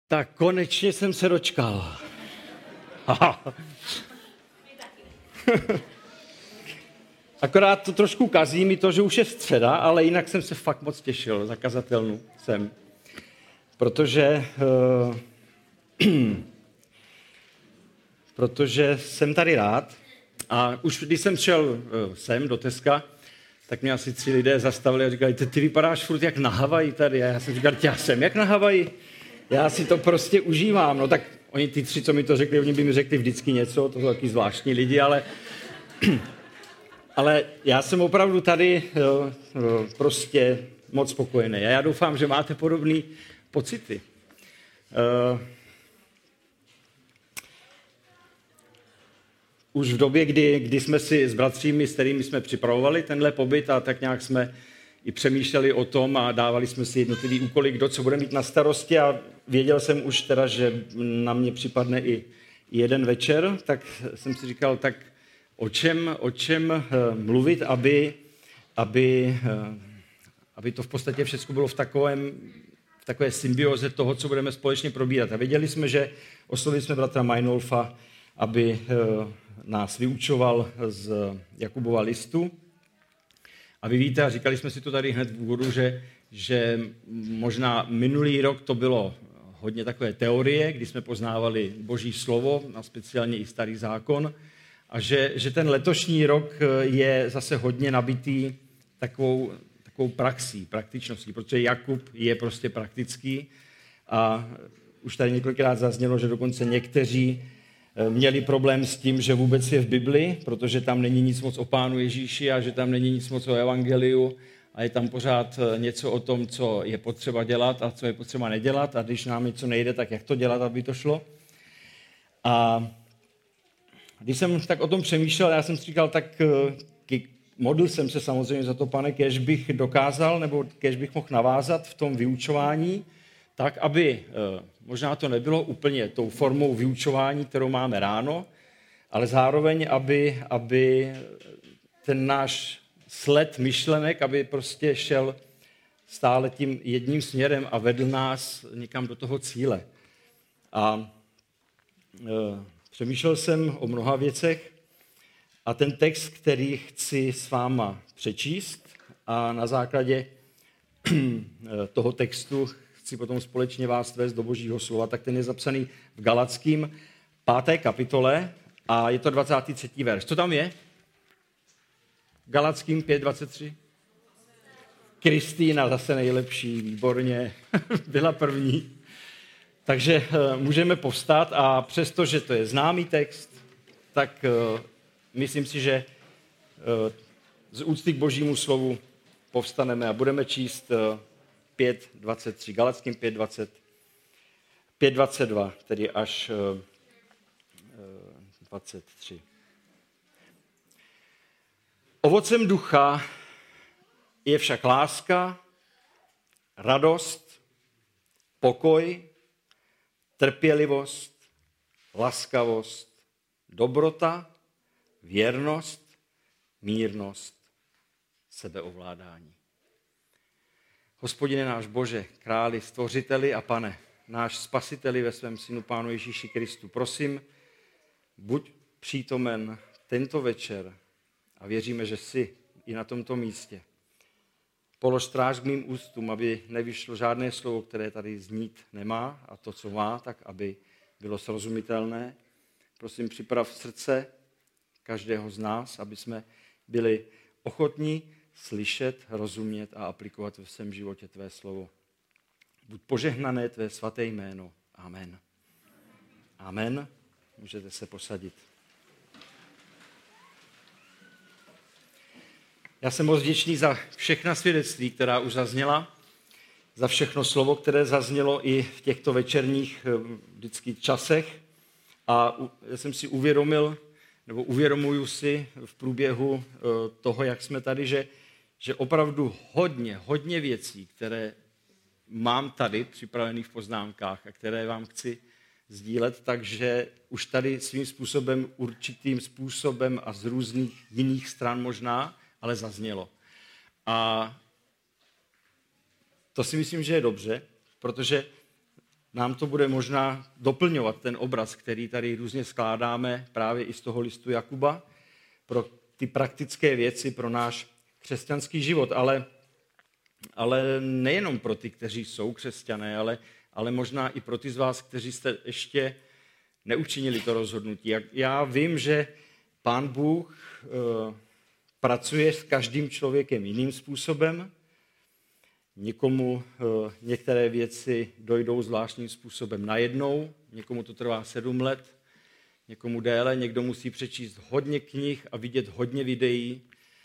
Tak konečně jsem se dočkal. Akorát to trošku kazí mi to, že už je středa, ale jinak jsem se fakt moc těšil za kazatelnu sem. Protože jsem tady rád a už když jsem šel sem do Teska, tak mě asi 3 lidé zastavili a říkali, ty vypadáš furt jak na Havaji tady. A já jsem říkal, já jsem jak na Havaji. Já si to prostě užívám. No tak oni ty 3, co mi to řekli, oni by mi řekli vždycky něco, to jsou taky zvláštní lidi, ale já jsem opravdu tady prostě moc spokojený. A já doufám, že máte podobné pocity. Už v době, kdy jsme si s bratřími, s kterými jsme připravovali tenhle pobyt a tak nějak jsme i přemýšleli o tom a dávali jsme si jednotlivý úkoly, kdo co bude mít na starosti a věděl jsem už teda, že na mě připadne i jeden večer, tak jsem si říkal, tak o čem mluvit, aby to v podstatě všechno bylo v takové symbioze toho, co budeme společně probírat. A věděli jsme, že oslovili jsme bratra Meinolfa, aby nás vyučoval z Jakubova listu. A vy víte, a říkali jsme si to tady hned v úvodu, že možná minulý rok to bylo hodně takové teorie, kdy jsme poznávali Boží slovo, a speciálně i Starý zákon, a že ten letošní rok je zase hodně nabitý takovou praxí, praktičností, protože Jakub je prostě praktický a už tady několikrát zaznělo, že dokonce někteří měli problém s tím, že vůbec je v Bibli, protože tam není nic moc o Pánu Ježíši a že tam není nic moc o evangeliu a je tam pořád něco o tom, co je potřeba dělat a co je potřeba nedělat a když nám něco nejde, tak jak to dělat, aby to šlo. A když jsem tak o tom přemýšlel, já jsem si říkal, tak modlil jsem se samozřejmě za to, Pane, kéž bych dokázal nebo kéž bych mohl navázat v tom vyučování, tak, aby možná to nebylo úplně tou formou vyučování, kterou máme ráno, ale zároveň, aby ten náš sled myšlenek, aby prostě šel stále tím jedním směrem a vedl nás někam do toho cíle. A přemýšlel jsem o mnoha věcech a ten text, který chci s váma přečíst a na základě toho textu chci potom společně vás vést do Božího slova, tak ten je zapsaný v Galackým 5. kapitole a je to 23. verš. Co tam je? Galackým 5.23? Kristýna zase nejlepší, výborně, byla první. Takže můžeme povstát a přestože to je známý text, tak myslím si, že z úcty k Božímu slovu povstaneme a budeme číst 5.23, Galackým 5.22, tedy až 23. Ovocem ducha je však láska, radost, pokoj, trpělivost, laskavost, dobrota, věrnost, mírnost, sebeovládání. Hospodine náš Bože, králi, stvořiteli a pane, náš spasiteli ve svém synu Pánu Ježíši Kristu, prosím, buď přítomen tento večer a věříme, že jsi i na tomto místě. Polož stráž k mým ústům, aby nevyšlo žádné slovo, které tady znít nemá a to, co má, tak aby bylo srozumitelné. Prosím, připrav srdce každého z nás, aby jsme byli ochotní slyšet, rozumět a aplikovat ve svém životě tvé slovo. Buď požehnané tvé svaté jméno. Amen. Amen. Můžete se posadit. Já jsem moc vděčný za všechna svědectví, která už zazněla, za všechno slovo, které zaznělo i v těchto večerních vždycky časech. A já jsem si uvědomuju si v průběhu toho, jak jsme tady, že opravdu hodně věcí, které mám tady připravených v poznámkách a které vám chci sdílet, takže už tady svým způsobem, určitým způsobem a z různých jiných stran možná, ale zaznělo. A to si myslím, že je dobře, protože nám to bude možná doplňovat ten obraz, který tady různě skládáme právě i z toho listu Jakuba, pro ty praktické věci, pro náš křesťanský život, ale nejenom pro ty, kteří jsou křesťané, ale možná i pro ty z vás, kteří jste ještě neučinili to rozhodnutí. Já vím, že Pán Bůh pracuje s každým člověkem jiným způsobem. Někomu některé věci dojdou zvláštním způsobem najednou, někomu to trvá 7 let, někomu déle, někdo musí přečíst hodně knih a vidět hodně videí,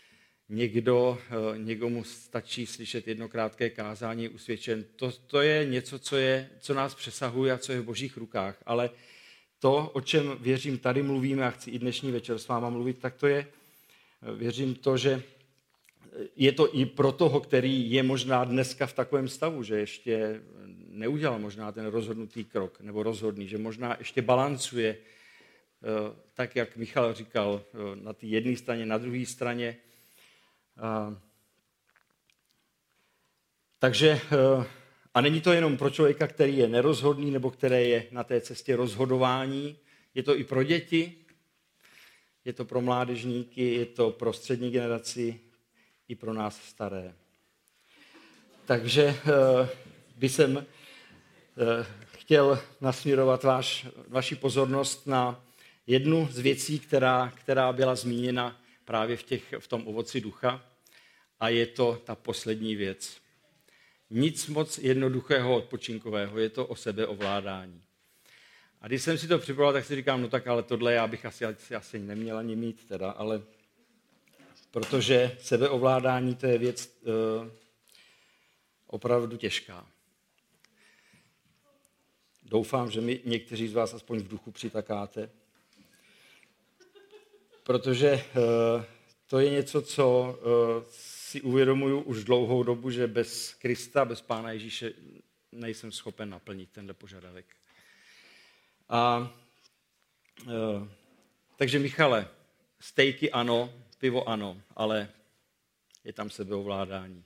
někomu stačí slyšet jedno krátké kázání, usvědčen. To je něco, co nás přesahuje a co je v Božích rukách. Ale to, o čem věřím, tady mluvíme a chci i dnešní večer s váma mluvit, tak to je, věřím to, že je to i pro toho, který je možná dneska v takovém stavu, že ještě neudělal možná ten rozhodnutý krok nebo rozhodný, že možná ještě balancuje, tak jak Michal říkal, na té jedné straně, na druhé straně. Takže, a není to jenom pro člověka, který je nerozhodný nebo který je na té cestě rozhodování, je to i pro děti, je to pro mládežníky, je to pro střední generaci, i pro nás staré. Takže bych jsem chtěl nasměrovat vaši pozornost na jednu z věcí, která byla zmíněna právě v tom ovoci ducha, a je to ta poslední věc. Nic moc jednoduchého odpočinkového, je to o sebeovládání. A když jsem si to připravoval, tak si říkám, no tak ale tohle já bych asi neměl ani mít teda, ale protože sebeovládání to je věc opravdu těžká. Doufám, že mi někteří z vás aspoň v duchu přitakáte, protože to je něco, co si uvědomuju už dlouhou dobu, že bez Krista, bez Pána Ježíše nejsem schopen naplnit tenhle požadavek. Takže Michale, stejky ano, pivo ano, ale je tam sebeovládání.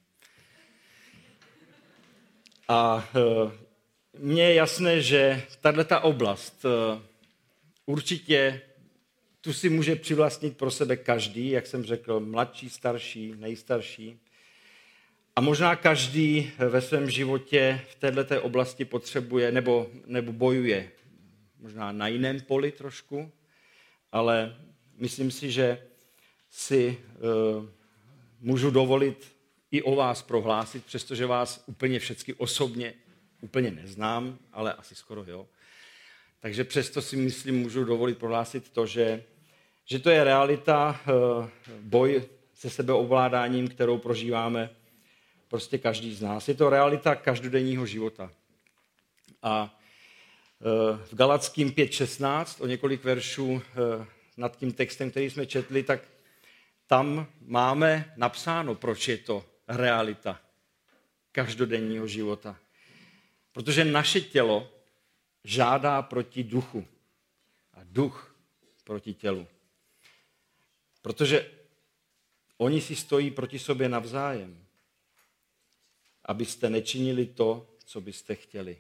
A mně je jasné, že tato oblast určitě tu si může přivlastnit pro sebe každý, jak jsem řekl, mladší, starší, nejstarší. A možná každý ve svém životě v této oblasti potřebuje nebo bojuje. Možná na jiném poli trošku, ale myslím si, že si můžu dovolit i o vás prohlásit, přestože vás úplně všecky osobně úplně neznám, ale asi skoro jo. Takže přesto si myslím, můžu dovolit prohlásit to, že to je realita, boj se sebeovládáním, kterou prožíváme prostě každý z nás. Je to realita každodenního života. A v Galackým 5.16, o několik veršů nad tím textem, který jsme četli, tak tam máme napsáno, proč je to realita každodenního života. Protože naše tělo žádá proti duchu a duch proti tělu. Protože oni si stojí proti sobě navzájem, abyste nečinili to, co byste chtěli.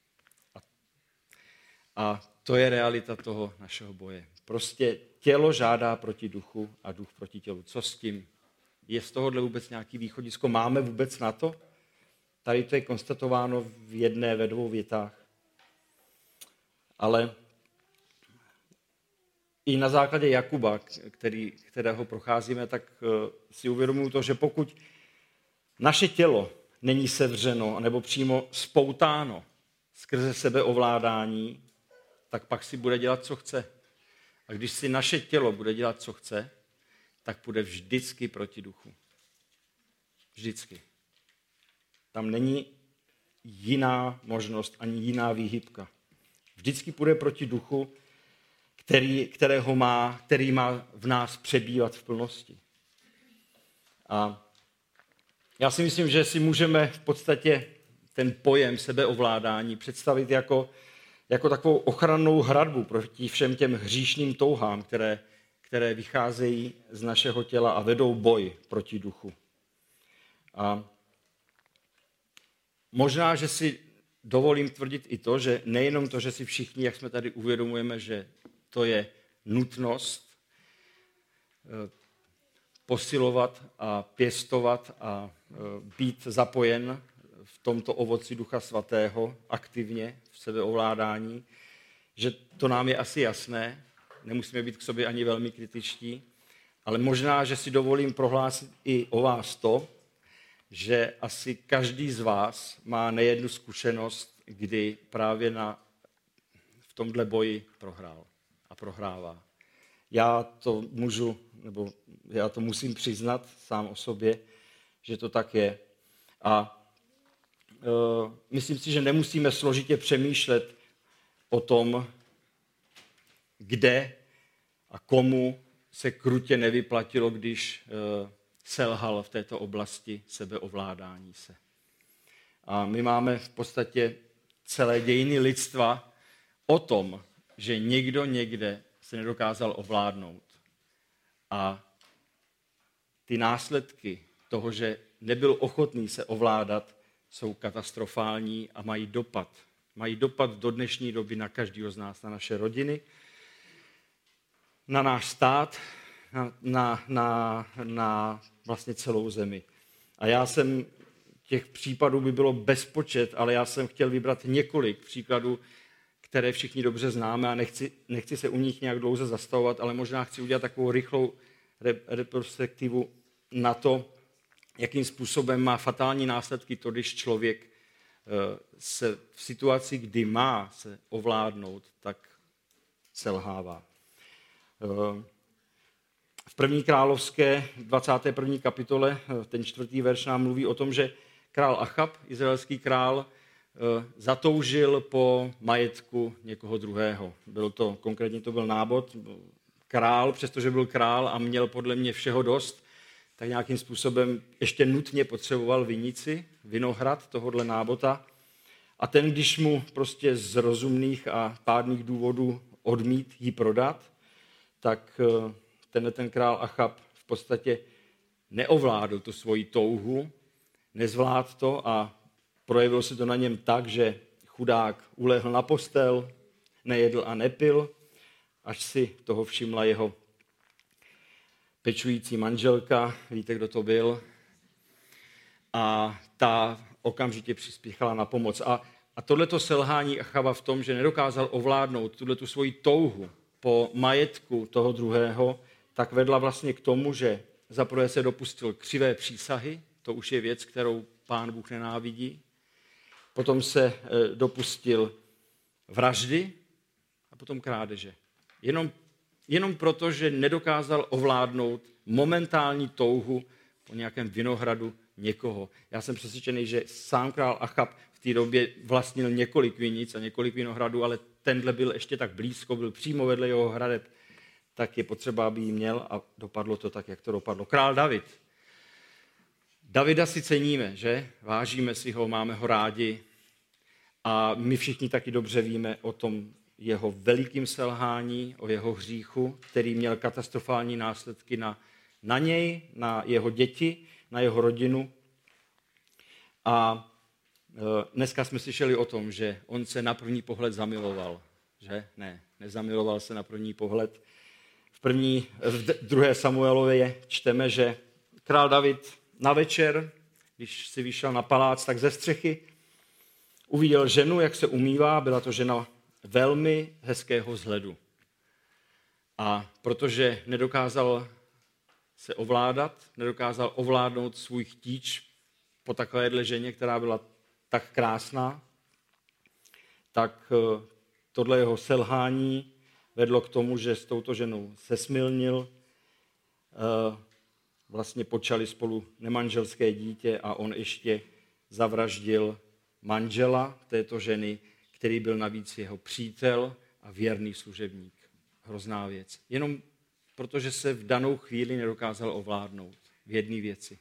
A to je realita toho našeho boje. Prostě tělo žádá proti duchu a duch proti tělu. Co s tím? Je z tohohle vůbec nějaký východisko? Máme vůbec na to? Tady to je konstatováno v jedné, ve 2 větách. Ale i na základě Jakuba, kterého procházíme, tak si uvědomuji to, že pokud naše tělo není sevřeno nebo přímo spoutáno skrze sebeovládání, tak pak si bude dělat, co chce. A když si naše tělo bude dělat, co chce, tak půjde vždycky proti duchu. Vždycky. Tam není jiná možnost, ani jiná výhybka. Vždycky půjde proti duchu, který má v nás přebývat v plnosti. A já si myslím, že si můžeme v podstatě ten pojem sebeovládání představit jako takovou ochrannou hradbu proti všem těm hříšným touhám, které vycházejí z našeho těla a vedou boj proti duchu. A možná, že si dovolím tvrdit i to, že nejenom to, že si všichni, jak jsme tady uvědomujeme, že to je nutnost posilovat a pěstovat a být zapojen v tomto ovoci Ducha Svatého aktivně v sebeovládání, že to nám je asi jasné, nemusíme být k sobě ani velmi kritičtí, ale možná, že si dovolím prohlásit i o vás to, že asi každý z vás má nejednu zkušenost, kdy právě v tomhle boji prohrál a prohrává. Já to musím přiznat sám o sobě, že to tak je. A myslím si, že nemusíme složitě přemýšlet o tom, kde a komu se krutě nevyplatilo, když selhal v této oblasti sebeovládání se. A my máme v podstatě celé dějiny lidstva o tom, že někdo někde se nedokázal ovládnout. A ty následky toho, že nebyl ochotný se ovládat, jsou katastrofální a mají dopad. Mají dopad do dnešní doby na každého z nás, na naše rodiny, na náš stát, na vlastně celou zemi. A těch případů by bylo bezpočet, ale já jsem chtěl vybrat několik příkladů, které všichni dobře známe a nechci se u nich nějak dlouze zastavovat, ale možná chci udělat takovou rychlou retrospektivu na to, jakým způsobem má fatální následky to, když člověk se v situaci, kdy má se ovládnout, tak selhává. V 1. královské 21. kapitole, ten 4. verš nám mluví o tom, že král Achab, izraelský král, zatoužil po majetku někoho druhého. Konkrétně to byl Nábot, král, přestože byl král a měl podle mě všeho dost, tak nějakým způsobem ještě nutně potřeboval vinici, vinohrad tohohle Nábota. A ten, když mu prostě z rozumných a pádných důvodů odmít ji prodat, tak ten král Achab v podstatě neovládl tu svoji touhu, nezvládl to a projevilo se to na něm tak, že chudák ulehl na postel, nejedl a nepil, až si toho všimla jeho pečující manželka, víte, kdo to byl, a ta okamžitě přispěchala na pomoc. A tohleto selhání Achaba v tom, že nedokázal ovládnout tuhletu svoji touhu po majetku toho druhého, tak vedla vlastně k tomu, že zaprvé se dopustil křivé přísahy, to už je věc, kterou Pán Bůh nenávidí, potom se dopustil vraždy a potom krádeže. Jenom proto, že nedokázal ovládnout momentální touhu po nějakém vinohradu někoho. Já jsem přesvědčený, že sám král Achab v té době vlastnil několik vinic a několik vinohradů, ale tenhle byl ještě tak blízko, byl přímo vedle jeho hradeb, tak je potřeba, aby ji měl a dopadlo to tak, jak to dopadlo. Král David. Davida si ceníme, že? Vážíme si ho, máme ho rádi a my všichni taky dobře víme o tom jeho velikým selhání, o jeho hříchu, který měl katastrofální následky na něj, na jeho děti, na jeho rodinu. A dneska jsme slyšeli o tom, že on se na první pohled zamiloval. Že? Ne, nezamiloval se na první pohled. V 2. Samuelově čteme, že král David na večer, když si vyšel na palác, tak ze střechy uviděl ženu, jak se umývá. Byla to žena velmi hezkého vzhledu. A protože nedokázal se ovládat, nedokázal ovládnout svůj chtíč po takovéhle ženě, která byla tak krásná, tak tohle jeho selhání vedlo k tomu, že s touto ženou se smilnil, vlastně počali spolu nemanželské dítě a on ještě zavraždil manžela této ženy, který byl navíc jeho přítel a věrný služebník. Hrozná věc. Jenom protože se v danou chvíli nedokázal ovládnout v jedné věci.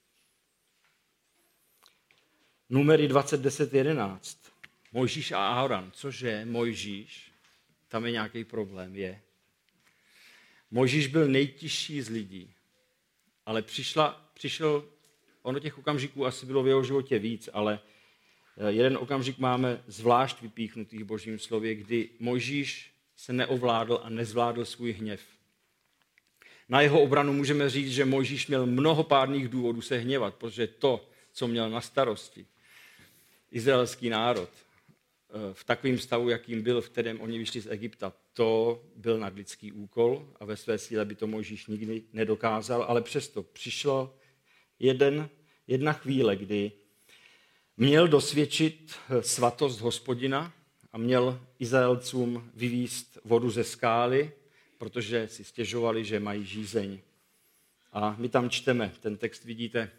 Numery 20, 10, 11. Mojžíš a Áron. Cože Mojžíš? Tam je nějaký problém, je. Mojžíš byl nejtižší z lidí, ale přišel, ono těch okamžiků asi bylo v jeho životě víc, ale Jeden okamžik máme zvlášť vypíchnutý v Božím slově, kdy Mojžíš se neovládl a nezvládl svůj hněv. Na jeho obranu můžeme říct, že Mojžíš měl mnoho pádných důvodů se hněvat, protože to, co měl na starosti izraelský národ, v takovém stavu, jakým byl, v kterém oni vyšli z Egypta, to byl nadlidský úkol a ve své síle by to Mojžíš nikdy nedokázal, ale přesto přišla jedna chvíle, kdy měl dosvědčit svatost Hospodina a měl Izraelcům vyvést vodu ze skály, protože si stěžovali, že mají žízeň. A my tam čteme, ten text vidíte.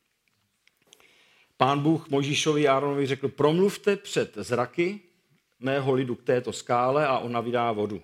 Pán Bůh Mojžíšovi a Áronovi řekl, promluvte před zraky mého lidu k této skále a ona vydá vodu.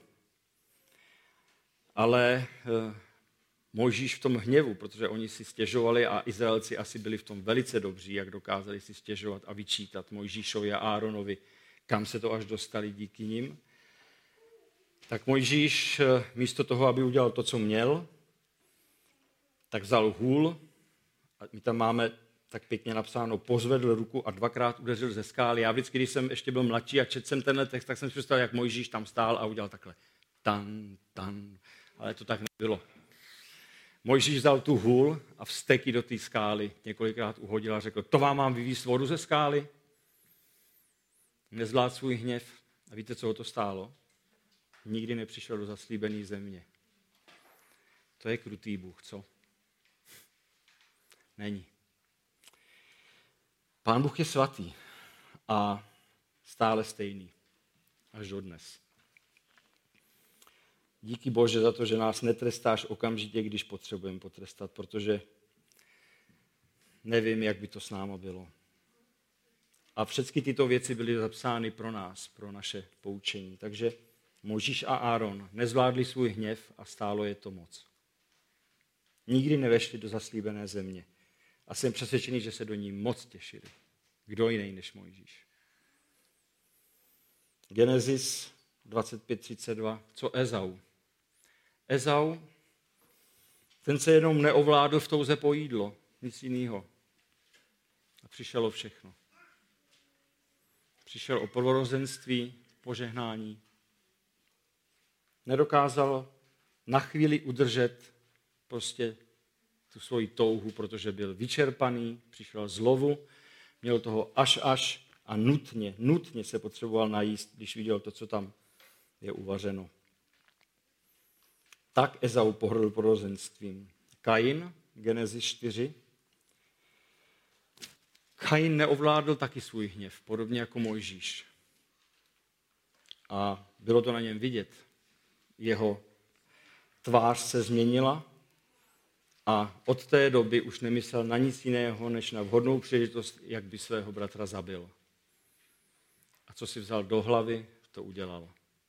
Ale Mojžíš v tom hněvu, protože oni si stěžovali a Izraelci asi byli v tom velice dobří, jak dokázali si stěžovat a vyčítat Mojžíšovi a Áronovi, kam se to až dostali díky nim. Tak Mojžíš místo toho, aby udělal to, co měl, tak vzal hůl a my tam máme tak pěkně napsáno, pozvedl ruku a dvakrát udeřil ze skály. Já vždycky, když jsem ještě byl mladší a četl jsem tenhle text, tak jsem si představil, jak Mojžíš tam stál a udělal takhle. Tan, tan. Ale to tak nebylo. Mojžíš vzal tu hůl a vzteky do té skály několikrát uhodil a řekl, to vám mám vyvízt vodu ze skály? Nezvládl svůj hněv. A víte, co ho to stálo? Nikdy nepřišel do zaslíbené země. To je krutý Bůh, co? Není. Pán Bůh je svatý a stále stejný. Až dodnes. Díky Bože za to, že nás netrestáš okamžitě, když potřebujeme potrestat, protože nevím, jak by to s náma bylo. A všechny tyto věci byly zapsány pro nás, pro naše poučení. Takže Mojžíš a Áron nezvládli svůj hněv a stálo je to moc. Nikdy nevešli do zaslíbené země. A jsem přesvědčený, že se do ní moc těšili. Kdo jiný než Mojžíš? Genesis 25:32. Co Ezau? Ezau, ten se jenom neovládl v touze po jídlo, nic jiného. A přišel o všechno. Přišel o prvorozenství, požehnání. Nedokázal na chvíli udržet prostě tu svoji touhu, protože byl vyčerpaný, přišel z lovu, měl toho až a nutně se potřeboval najíst, když viděl to, co tam je uvařeno. Tak Ezau pohrdl prvorozenstvím. Kain, Genesis 4. Kain neovládl taky svůj hněv, podobně jako Mojžíš. A bylo to na něm vidět. Jeho tvář se změnila a od té doby už nemyslel na nic jiného, než na vhodnou příležitost, jak by svého bratra zabil. A co si vzal do hlavy, to udělal.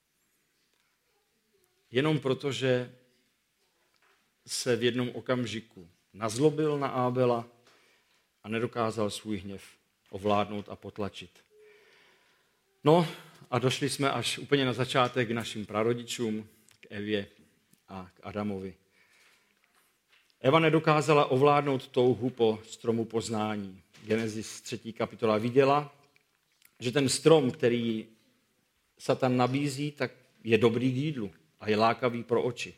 Jenom proto, že se v jednom okamžiku nazlobil na Ábela a nedokázal svůj hněv ovládnout a potlačit. No a došli jsme až úplně na začátek k našim prarodičům, k Evě a k Adamovi. Eva nedokázala ovládnout touhu po stromu poznání. Genesis 3. kapitola viděla, že ten strom, který Satan nabízí, tak je dobrý k jídlu a je lákavý pro oči.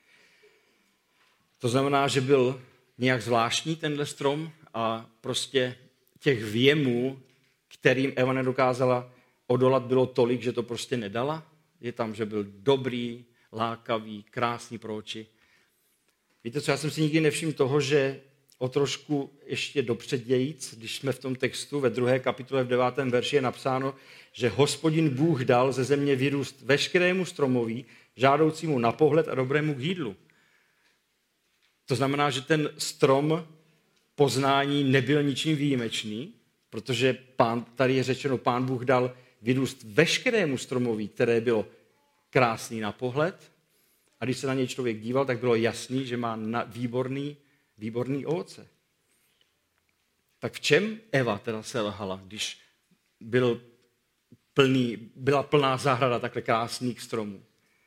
To znamená, že byl nějak zvláštní tenhle strom a prostě těch věmů, kterým Eva nedokázala odolat, bylo tolik, že to prostě nedala. Je tam, že byl dobrý, lákavý, krásný pro oči. Víte co, já jsem si nikdy nevšiml toho, že o trošku ještě dopředějíc, když jsme v tom textu ve 2. kapitole v 9. verši je napsáno, že Hospodin Bůh dal ze země vyrůst veškerému stromoví, žádoucímu na pohled a dobrému k jídlu. To znamená, že ten strom poznání nebyl ničím výjimečný, protože tady je řečeno, Pán Bůh dal vyrůst veškerému stromoví, které bylo krásný na pohled. A když se na něj člověk díval, tak bylo jasný, že má výborný ovoce. Tak v čem Eva teda selhala, když byla plná zahrada takhle krásných stromů?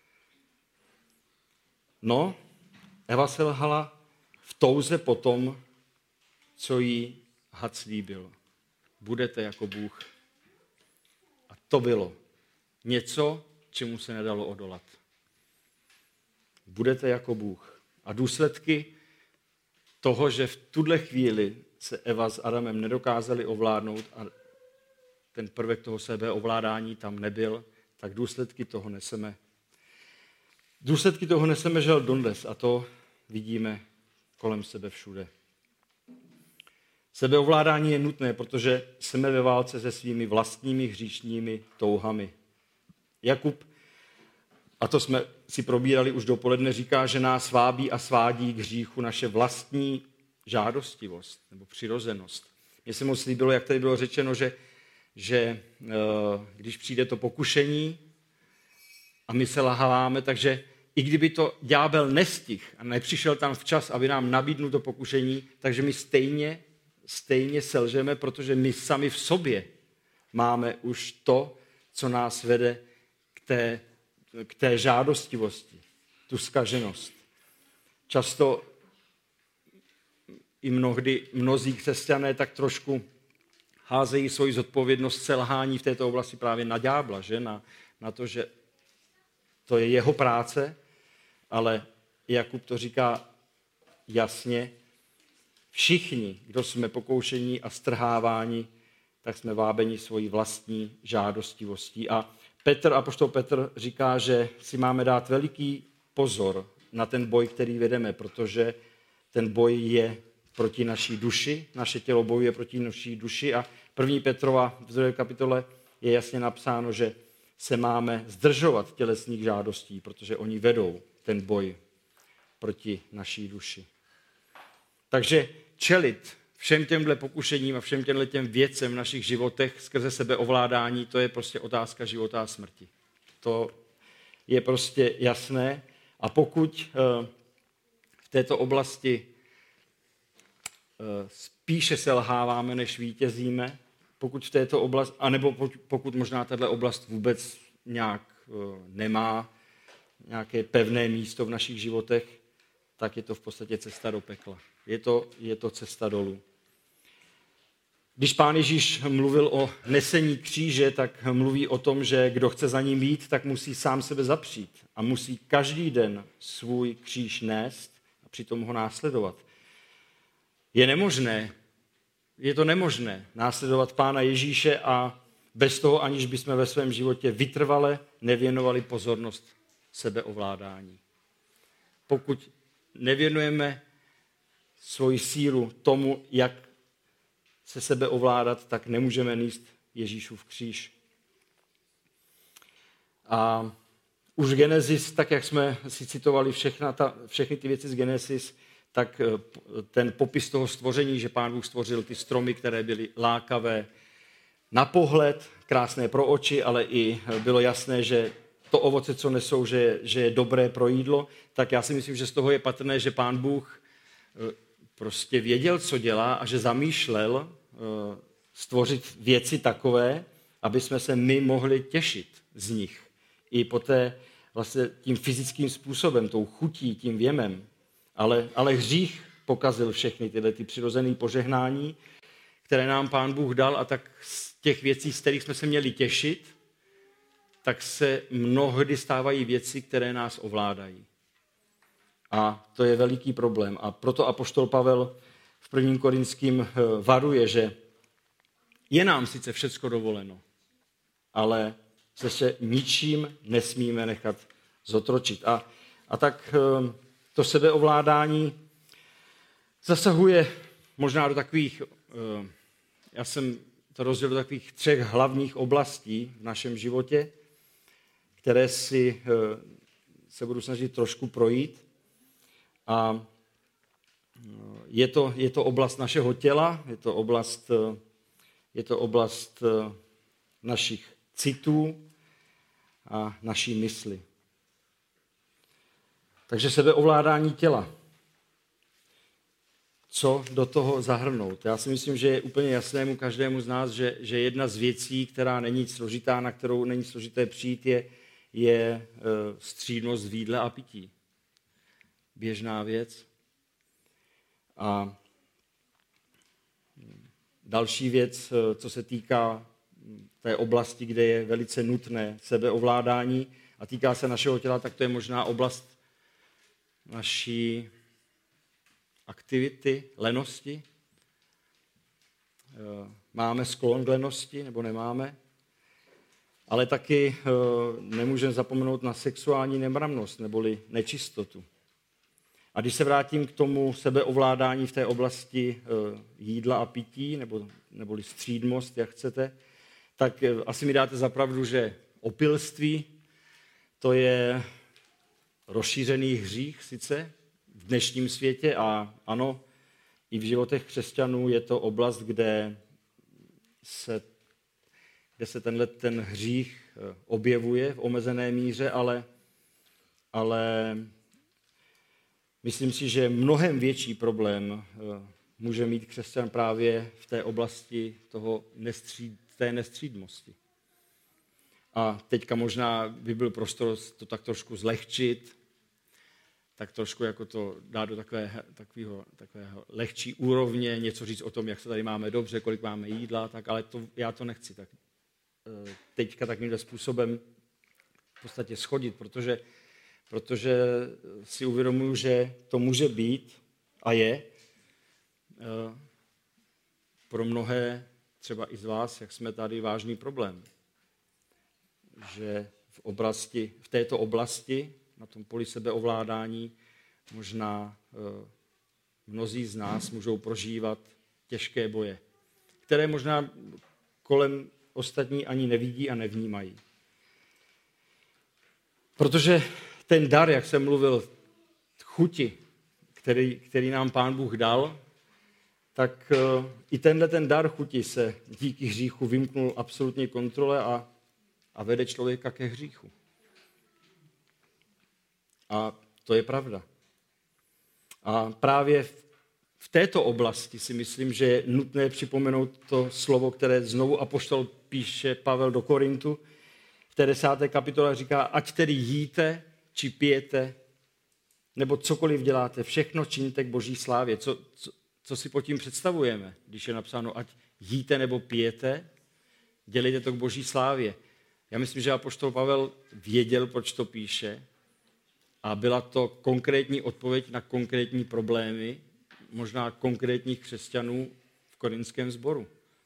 No, Eva selhala v touze po tom, co jí had slíbil. budete jako Bůh. A to bylo něco, čemu se nedalo odolat. Budete jako Bůh. A důsledky toho, že v tuhle chvíli se Eva s Adamem nedokázali ovládnout a ten prvek toho sebeovládání tam nebyl, tak důsledky toho neseme. Důsledky toho neseme žel dodnes a to vidíme kolem sebe všude. Sebeovládání je nutné, protože jsme ve válce se svými vlastními hříšními touhami. Jakub, a to jsme si probírali už dopoledne, říká, že nás vábí a svádí k hříchu naše vlastní žádostivost nebo přirozenost. Mně se moc líbilo, jak tady bylo řečeno, že když přijde to pokušení a my se laháváme, takže i kdyby to ďábel nestihl a nepřišel tam včas, aby nám nabídnul to pokušení, takže my stejně selžeme, protože my sami v sobě máme už to, co nás vede k té žádostivosti, tu zkaženost. Často i mnozí křesťané tak trošku házejí svoji zodpovědnost selhání v této oblasti právě na ďábla, že? Na to, že to je jeho práce, ale Jakub to říká jasně, všichni, kdo jsme pokoušení a strháváni, tak jsme vábeni svojí vlastní žádostivostí. A apoštol Petr říká, že si máme dát veliký pozor na ten boj, který vedeme, protože ten boj je proti naší duši, naše tělo bojuje proti naší duši a 1. Petrova v 2. kapitole je jasně napsáno, že se máme zdržovat tělesných žádostí, protože oni vedou ten boj proti naší duši. Takže čelit všem těmhle pokušením a všem těm věcem v našich životech skrze sebeovládání, to je prostě otázka života a smrti. To je prostě jasné. A pokud v této oblasti spíše selháváme, než vítězíme, pokud v této oblasti, anebo pokud možná tato oblast vůbec nějak nemá nějaké pevné místo v našich životech, tak je to v podstatě cesta do pekla. Je to cesta dolů. Když Pán Ježíš mluvil o nesení kříže, tak mluví o tom, že kdo chce za ním jít, tak musí sám sebe zapřít a musí každý den svůj kříž nést a přitom ho následovat. Je to nemožné následovat Pána Ježíše a bez toho, aniž bychom ve svém životě vytrvale nevěnovali pozornost sebeovládání. Pokud nevěnujeme svoji sílu tomu, jak se sebe ovládat, tak nemůžeme nést Ježíšův kříž. A už Genesis, tak jak jsme si citovali všechny ty věci z Genesis, tak ten popis toho stvoření, že Pán Bůh stvořil ty stromy, které byly lákavé na pohled, krásné pro oči, ale i bylo jasné, že to ovoce, co nesou, že je dobré pro jídlo, tak já si myslím, že z toho je patrné, že Pán Bůh prostě věděl, co dělá a že zamýšlel stvořit věci takové, aby jsme se my mohli těšit z nich. I poté vlastně tím fyzickým způsobem, tou chutí, tím věmem. Ale hřích pokazil všechny tyhle ty přirozené požehnání, které nám Pán Bůh dal a tak z těch věcí, z kterých jsme se měli těšit, tak se mnohdy stávají věci, které nás ovládají. A to je veliký problém. A proto apoštol Pavel v 1. Korinským varuje, že je nám sice všecko dovoleno, ale se ničím nesmíme nechat zotročit. A tak to sebeovládání zasahuje možná do takových, já jsem to rozdělil do takových 3 hlavních oblastí v našem životě, které se budu snažit trošku projít. A je to oblast našeho těla, je to oblast našich citů a naší mysli. Takže sebeovládání těla. Co do toho zahrnout? Já si myslím, že je úplně jasnému každému z nás, že jedna z věcí, která není složitá, na kterou není složité přijít, je střídmost v jídle a pití. Běžná věc. A Další věc, co se týká té oblasti, kde je velice nutné sebeovládání a týká se našeho těla, tak to je možná oblast naší aktivity, lenosti. Máme sklon k lenosti, nebo nemáme. Ale taky nemůžeme zapomenout na sexuální nemravnost, neboli nečistotu. A když se vrátím k tomu sebeovládání v té oblasti jídla a pití, neboli střídmost, jak chcete, tak asi mi dáte za pravdu, že opilství to je rozšířený hřích sice v dnešním světě a ano, i v životech křesťanů je to oblast, kde se ten hřích objevuje v omezené míře, ale myslím si, že mnohem větší problém může mít křesťan právě v té oblasti té nestřídmosti. A teďka možná by byl prostor to tak trošku zlehčit, tak trošku jako to dát do takového lehčí úrovně, něco říct o tom, jak se tady máme dobře, kolik máme jídla, tak, ale já to nechci tak teďka takovýmhle způsobem v podstatě schodit, protože si uvědomuji, že to může být a je pro mnohé, třeba i z vás, jak jsme tady, vážný problém. Že v této oblasti, na tom poli sebeovládání, možná mnozí z nás můžou prožívat těžké boje, které možná kolem ostatní ani nevidí a nevnímají. Protože ten dar, jak jsem mluvil, chuti, který nám Pán Bůh dal, tak i ten dar chuti se díky hříchu vymknul absolutně kontrole a vede člověka ke hříchu. A to je pravda. A právě v této oblasti si myslím, že je nutné připomenout to slovo, které znovu apoštol píše Pavel do Korintu. V té 10. kapitole říká, ať tedy jíte, či pijete, nebo cokoliv děláte, všechno činíte k Boží slávě. Co si pod tím představujeme, když je napsáno, ať jíte nebo pijete, dělejte to k Boží slávě. Já myslím, že apoštol Pavel věděl, proč to píše, a byla to konkrétní odpověď na konkrétní problémy, možná konkrétních křesťanů v korinském sboru.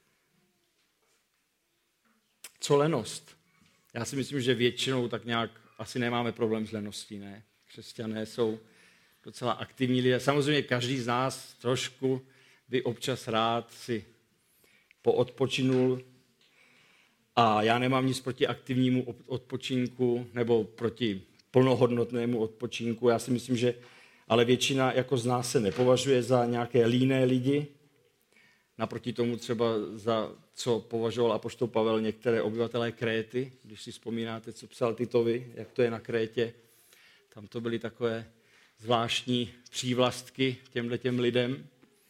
Co lenost? Já si myslím, že většinou tak nějak asi nemáme problém s leností, ne? Křesťané jsou docela aktivní lidé. Samozřejmě každý z nás trošku by občas rád si poodpočinul a já nemám nic proti aktivnímu odpočinku nebo proti plnohodnotnému odpočinku. Já si myslím, že ale většina jako z nás se nepovažuje za nějaké líné lidi. Naproti tomu třeba za co považoval apoštol Pavel některé obyvatelé Kréty, když si vzpomínáte, co psal Titovi, jak to je na Krétě. Tam to byly takové zvláštní přívlastky těm lidem,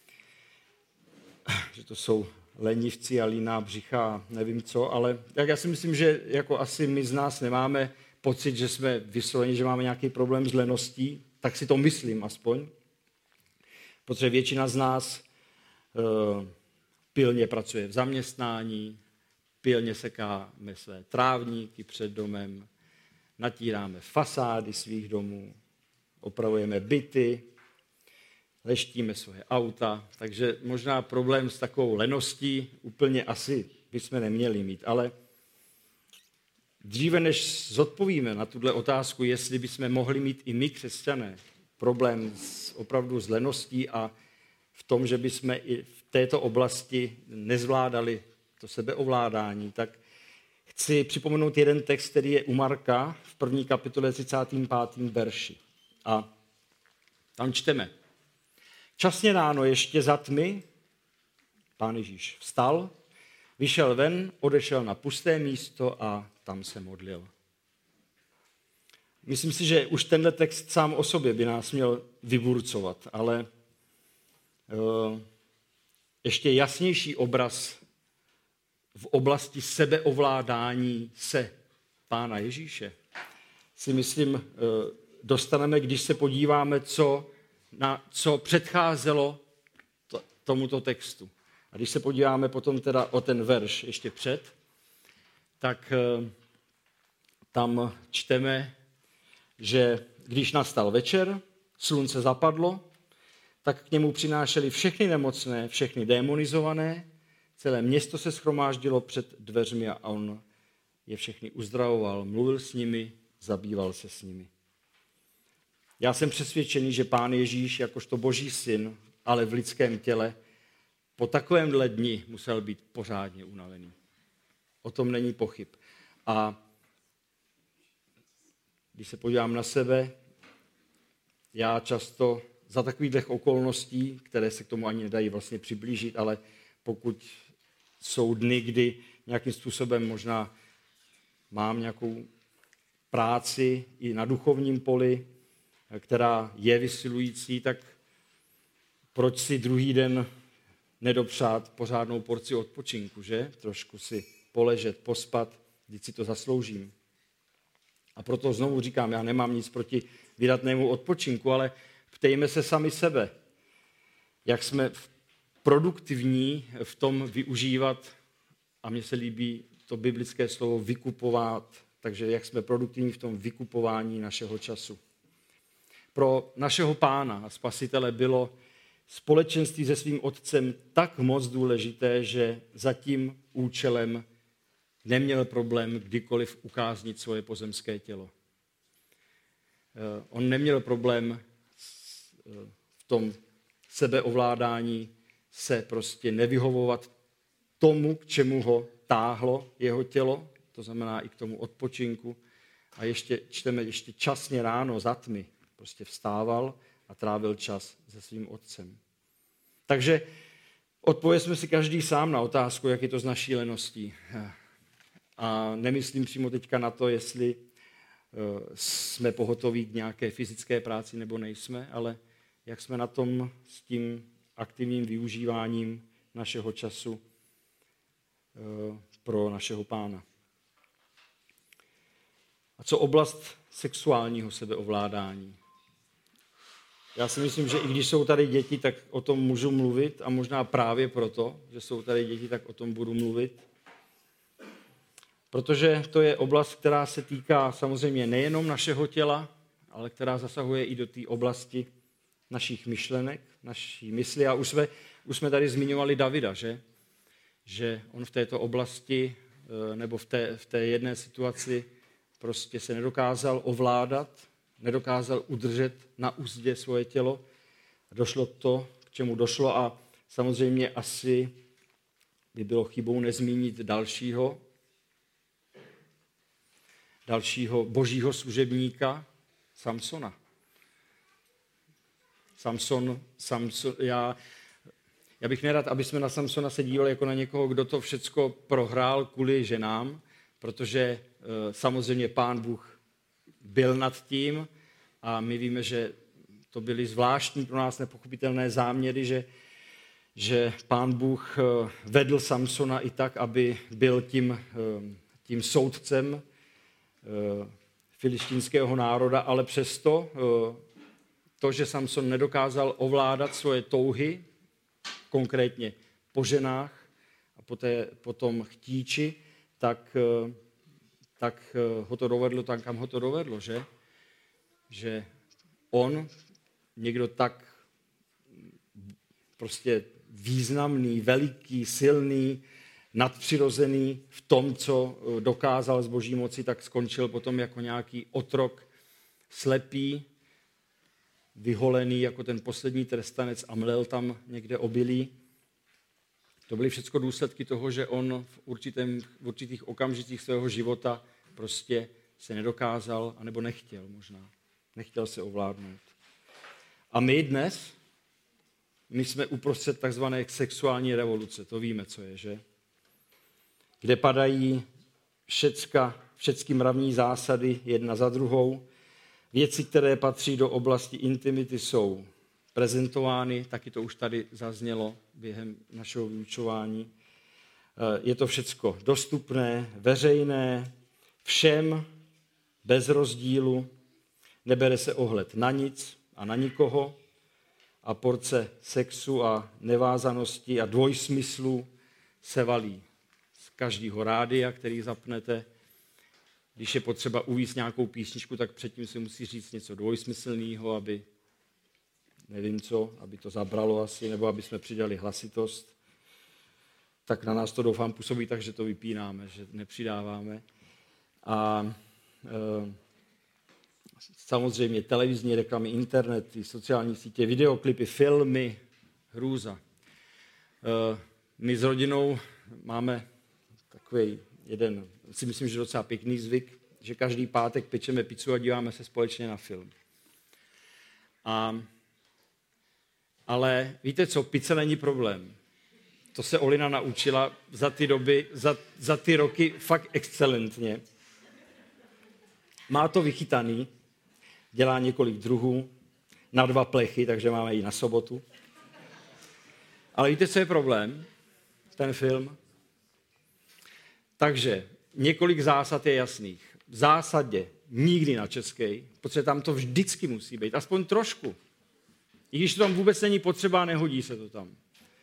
že to jsou lenivci a líná břicha, nevím co, ale já si myslím, že jako asi my z nás nemáme pocit, že jsme vysloveni, že máme nějaký problém s leností, tak si to myslím aspoň, protože většina z nás pilně pracuje v zaměstnání, pilně sekáme své trávníky před domem, natíráme fasády svých domů, opravujeme byty, leštíme svoje auta, takže možná problém s takovou leností úplně asi bychom neměli mít, ale dříve než zodpovíme na tuhle otázku, jestli bychom mohli mít i my, křesťané, problém opravdu s leností a v tom, že bychom i v této oblasti nezvládali to sebeovládání, tak chci připomenout jeden text, který je u Marka v 1. kapitole 35. verši. A tam čteme. Časně ráno ještě za tmy Pán Ježíš vstal, vyšel ven, odešel na pusté místo a tam se modlil. Myslím si, že už tenhle text sám o sobě by nás měl vyburcovat, ale ještě jasnější obraz v oblasti sebeovládání se Pána Ježíše si myslím dostaneme, když se podíváme, co předcházelo tomuto textu. A když se podíváme potom teda o ten verš ještě před, tak tam čteme, že když nastal večer, slunce zapadlo, tak k němu přinášeli všechny nemocné, všechny démonizované, celé město se shromáždilo před dveřmi a on je všechny uzdravoval, mluvil s nimi, zabýval se s nimi. Já jsem přesvědčený, že Pán Ježíš, jakožto Boží syn, ale v lidském těle, po takovémhle dni musel být pořádně unavený. O tom není pochyb. A když se podívám na sebe, já často za takových okolností, které se k tomu ani nedají vlastně přiblížit, ale pokud jsou dny, kdy nějakým způsobem možná mám nějakou práci i na duchovním poli, která je vysilující, tak proč si druhý den nedopřát pořádnou porci odpočinku, že? Trošku si poležet, pospat, když si to zasloužím. A proto znovu říkám, já nemám nic proti vydatnému odpočinku, ale ptejme se sami sebe, jak jsme produktivní v tom využívat, a mně se líbí to biblické slovo vykupovat, takže jak jsme produktivní v tom vykupování našeho času. Pro našeho Pána a Spasitele bylo společenství se svým otcem tak moc důležité, že za tím účelem neměl problém kdykoliv ukáznit svoje pozemské tělo. On neměl problém v tom sebeovládání se prostě nevyhovovat tomu, k čemu ho táhlo jeho tělo, to znamená i k tomu odpočinku. A čteme ještě časně ráno za tmy, prostě vstával a trávil čas se svým otcem. Takže odpovězme si každý sám na otázku, jak je to s naší leností. A nemyslím přímo teďka na to, jestli jsme pohotoví k nějaké fyzické práci nebo nejsme, ale jak jsme na tom s tím aktivním využíváním našeho času pro našeho Pána. A co oblast sexuálního sebeovládání? Já si myslím, že i když jsou tady děti, tak o tom můžu mluvit a možná právě proto, že jsou tady děti, tak o tom budu mluvit. Protože to je oblast, která se týká samozřejmě nejenom našeho těla, ale která zasahuje i do té oblasti našich myšlenek, naší mysli. A už jsme tady zmiňovali Davida, že on v této oblasti nebo v té jedné situaci prostě se nedokázal ovládat, nedokázal udržet na uzdě svoje tělo. Došlo to, k čemu došlo, a samozřejmě asi by bylo chybou nezmínit dalšího božího služebníka, Samsona. Já bych nerad, aby jsme na Samsona se dívali jako na někoho, kdo to všecko prohrál kvůli ženám, protože samozřejmě Pán Bůh byl nad tím a my víme, že to byly zvláštní pro nás nepochopitelné záměry, že Pán Bůh vedl Samsona i tak, aby byl tím soudcem filištínského národa, ale přesto to, že Samson nedokázal ovládat svoje touhy, konkrétně po ženách a potom chtíči, tak ho to dovedlo tam, kam ho to dovedlo, že on, někdo tak prostě významný, veliký, silný, nadpřirozený v tom, co dokázal z boží moci, tak skončil potom jako nějaký otrok, slepý, vyholený jako ten poslední trestanec a mlel tam někde obilí. To byly všechno důsledky toho, že on v určitých okamžicích svého života prostě se nedokázal, anebo nechtěl možná. Nechtěl se ovládnout. A my dnes, my jsme uprostřed takzvané sexuální revoluce, to víme, co je, že? Kde padají všechny mravní zásady jedna za druhou. Věci, které patří do oblasti intimity, jsou prezentovány, taky to už tady zaznělo během našeho vyučování. Je to všecko dostupné, veřejné, všem, bez rozdílu, nebere se ohled na nic a na nikoho a porce sexu a nevázanosti a dvojsmyslu se valí z každého rádia, který zapnete. Když je potřeba uvést nějakou písničku, tak předtím si musí říct něco dvojsmyslného, aby nevím co, aby to zabralo asi, nebo aby jsme přidali hlasitost. Tak na nás to doufám působí tak, že to vypínáme, že nepřidáváme. A samozřejmě televizní reklamy, internety, sociální sítě, videoklipy, filmy, hrůza. My s rodinou máme takový jeden, si myslím, že docela pěkný zvyk, že každý pátek pečeme pizzu a díváme se společně na film. Ale víte co, pizza není problém. To se Olina naučila za ty roky fakt excelentně. Má to vychytaný, dělá několik druhů, na 2 plechy, takže máme i na sobotu. Ale víte, co je problém? Ten film. Takže několik zásad je jasných. V zásadě nikdy na českej, protože tam to vždycky musí být, aspoň trošku. I když to tam vůbec není potřeba, nehodí se to tam.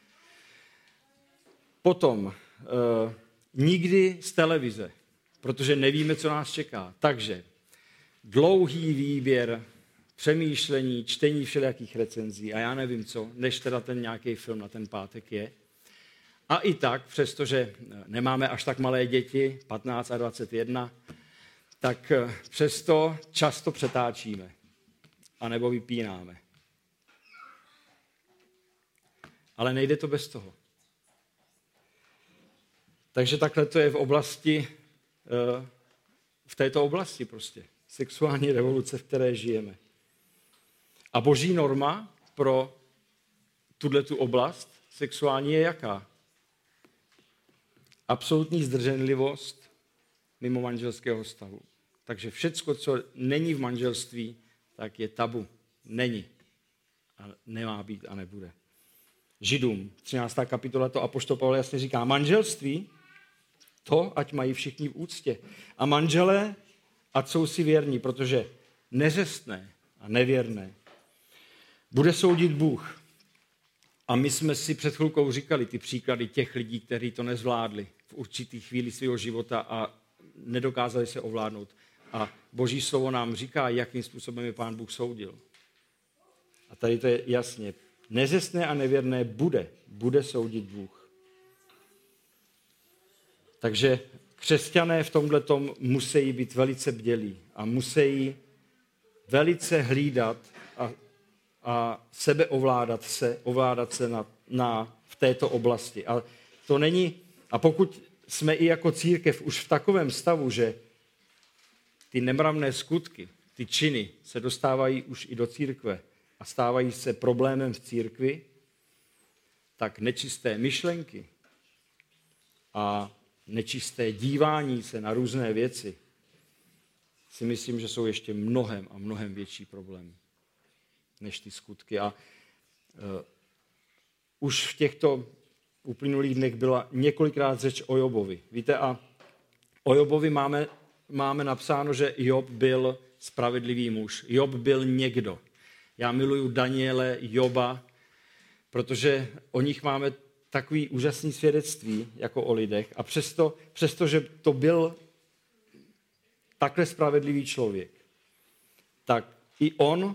Potom nikdy z televize, protože nevíme, co nás čeká. Takže dlouhý výběr, přemýšlení, čtení všelijakých recenzí a já nevím co, než teda ten nějaký film na ten pátek je. A i tak, přestože nemáme až tak malé děti, 15 a 21, tak přesto často přetáčíme anebo vypínáme. Ale nejde to bez toho. Takže takhle to je v této oblasti prostě. Sexuální revoluce, v které žijeme. A boží norma pro tu oblast sexuální je jaká? Absolutní zdrženlivost mimo manželského vztahu. Takže všecko, co není v manželství, tak je tabu. Není. A nemá být a nebude. Židům, 13. kapitola, to apoštol Pavel jasně říká, manželství, to ať mají všichni v úctě. A manželé, ať jsou si věrní, protože neřestné a nevěrné bude soudit Bůh. A my jsme si před chvilkou říkali ty příklady těch lidí, kteří to nezvládli v určitý chvíli svého života a nedokázali se ovládnout. A Boží slovo nám říká, jakým způsobem je Pán Bůh soudil. A tady to je jasně. Neřestné a nevěrné bude soudit Bůh. Takže křesťané v tomhletom musí být velice bdělí a musí velice hlídat a sebeovládat se v této oblasti. A pokud jsme i jako církev už v takovém stavu, že ty nemravné skutky, ty činy se dostávají už i do církve a stávají se problémem v církvi, tak nečisté myšlenky a nečisté dívání se na různé věci si myslím, že jsou ještě mnohem a mnohem větší problém než ty skutky. A už v těchto uplynulých dnech byla několikrát řeč o Jobovi. Víte, a o Jobovi máme napsáno, že Job byl spravedlivý muž. Job byl někdo. Já miluju Daniele, Joba, protože o nich máme takový úžasný svědectví, jako o lidech. A přestože to byl takhle spravedlivý člověk, tak i on,